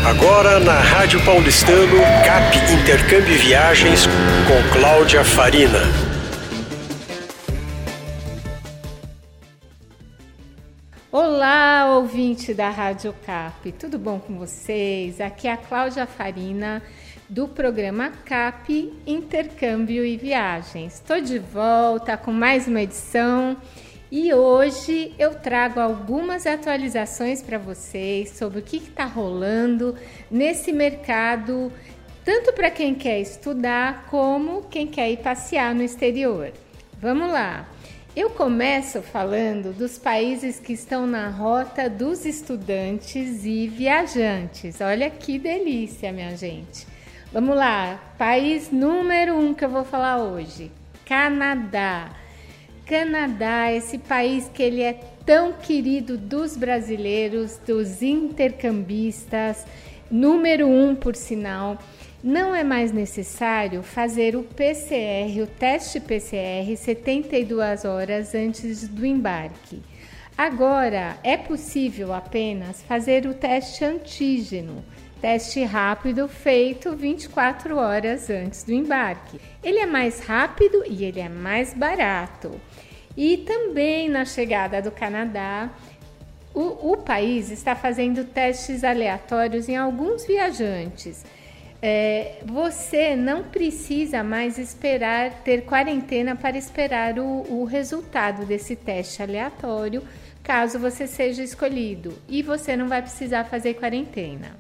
Agora na Rádio Paulistano, CAP Intercâmbio e Viagens com Cláudia Farina. Olá, ouvinte da Rádio CAP, tudo bom com vocês? Aqui é a Cláudia Farina do programa CAP Intercâmbio e Viagens. Estou de volta com mais uma edição e hoje eu trago algumas atualizações para vocês sobre o que está rolando nesse mercado, tanto para quem quer estudar como quem quer ir passear no exterior. Vamos lá! Eu começo falando dos países que estão na rota dos estudantes e viajantes. Olha que delícia, minha gente! Vamos lá, país número 1 que eu vou falar hoje, Canadá. Canadá, esse país que ele é tão querido dos brasileiros, dos intercambistas, número 1 por sinal. Não é mais necessário fazer o PCR, o teste PCR, 72 horas antes do embarque. Agora, é possível apenas fazer o teste antígeno, teste rápido feito 24 horas antes do embarque. Ele é mais rápido e ele é mais barato. E também na chegada do Canadá, o país está fazendo testes aleatórios em alguns viajantes. Você não precisa mais ter quarentena para esperar o resultado desse teste aleatório, caso você seja escolhido, e você não vai precisar fazer quarentena.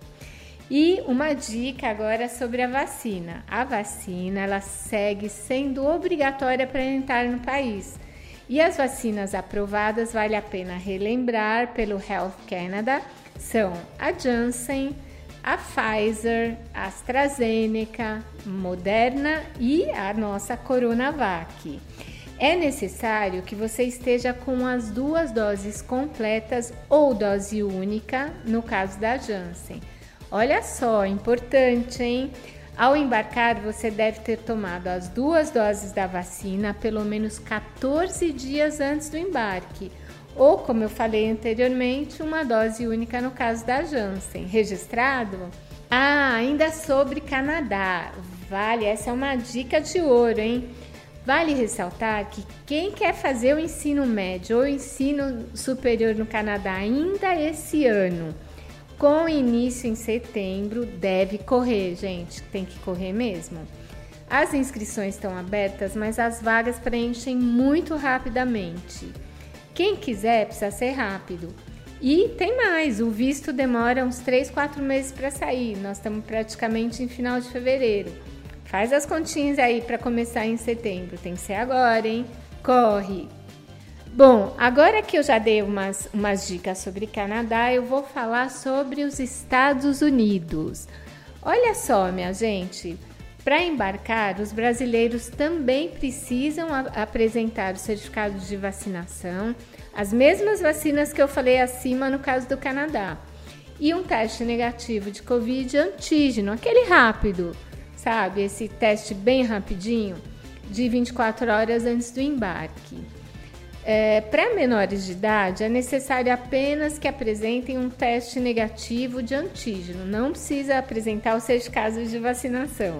E uma dica agora sobre a vacina. A vacina, ela segue sendo obrigatória para entrar no país. E as vacinas aprovadas, vale a pena relembrar pelo Health Canada, são a Janssen, a Pfizer, a AstraZeneca, Moderna e a nossa Coronavac. É necessário que você esteja com as 2 doses completas ou dose única, no caso da Janssen. Olha só, importante, hein? Ao embarcar, você deve ter tomado as 2 doses da vacina pelo menos 14 dias antes do embarque. Ou, como eu falei anteriormente, uma dose única no caso da Janssen. Registrado? Ainda sobre Canadá. Essa é uma dica de ouro, hein? Vale ressaltar que quem quer fazer o ensino médio ou ensino superior no Canadá ainda esse ano, com início em setembro, deve correr, gente. Tem que correr mesmo. As inscrições estão abertas, mas as vagas preenchem muito rapidamente. Quem quiser precisa ser rápido. E tem mais, o visto demora uns 3-4 meses para sair. Nós estamos praticamente em final de fevereiro. Faz as continhas aí para começar em setembro. Tem que ser agora, hein? Corre! Bom, agora que eu já dei umas dicas sobre Canadá, eu vou falar sobre os Estados Unidos. Olha só, minha gente, para embarcar, os brasileiros também precisam apresentar o certificado de vacinação, as mesmas vacinas que eu falei acima no caso do Canadá, e um teste negativo de Covid antígeno, aquele rápido, sabe? Esse teste bem rapidinho, de 24 horas antes do embarque. Para menores de idade, é necessário apenas que apresentem um teste negativo de antígeno, não precisa apresentar o certificado de vacinação.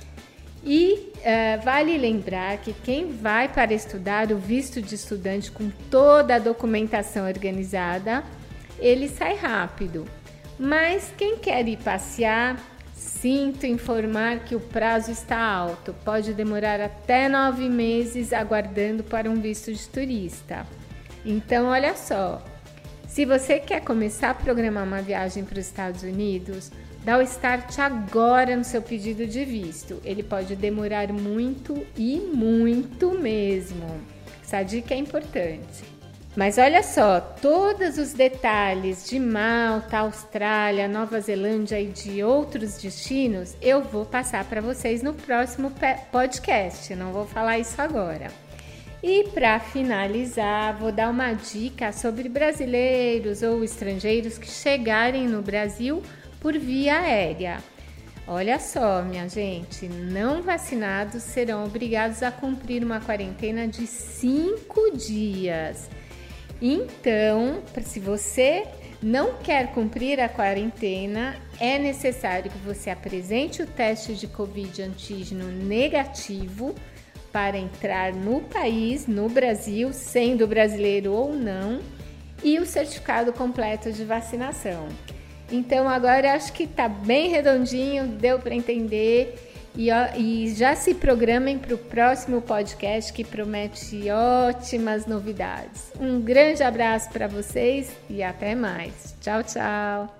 E vale lembrar que quem vai para estudar o visto de estudante com toda a documentação organizada, ele sai rápido. Mas quem quer ir passear, sinto informar que o prazo está alto, pode demorar até 9 meses aguardando para um visto de turista. Então, olha só, se você quer começar a programar uma viagem para os Estados Unidos, dá o start agora no seu pedido de visto. Ele pode demorar muito e muito mesmo. Essa dica é importante. Mas olha só, todos os detalhes de Malta, Austrália, Nova Zelândia e de outros destinos eu vou passar para vocês no próximo podcast, não vou falar isso agora. E para finalizar, vou dar uma dica sobre brasileiros ou estrangeiros que chegarem no Brasil por via aérea. Olha só, minha gente, não vacinados serão obrigados a cumprir uma quarentena de 5 dias. Então, se você não quer cumprir a quarentena, é necessário que você apresente o teste de Covid antígeno negativo para entrar no país, no Brasil, sendo brasileiro ou não, e o certificado completo de vacinação. Então agora acho que está bem redondinho, deu para entender. E já se programem para o próximo podcast que promete ótimas novidades. Um grande abraço para vocês e até mais. Tchau, tchau.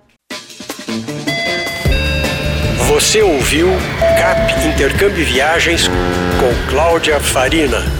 Você ouviu CAP Intercâmbio Viagens com Cláudia Farina.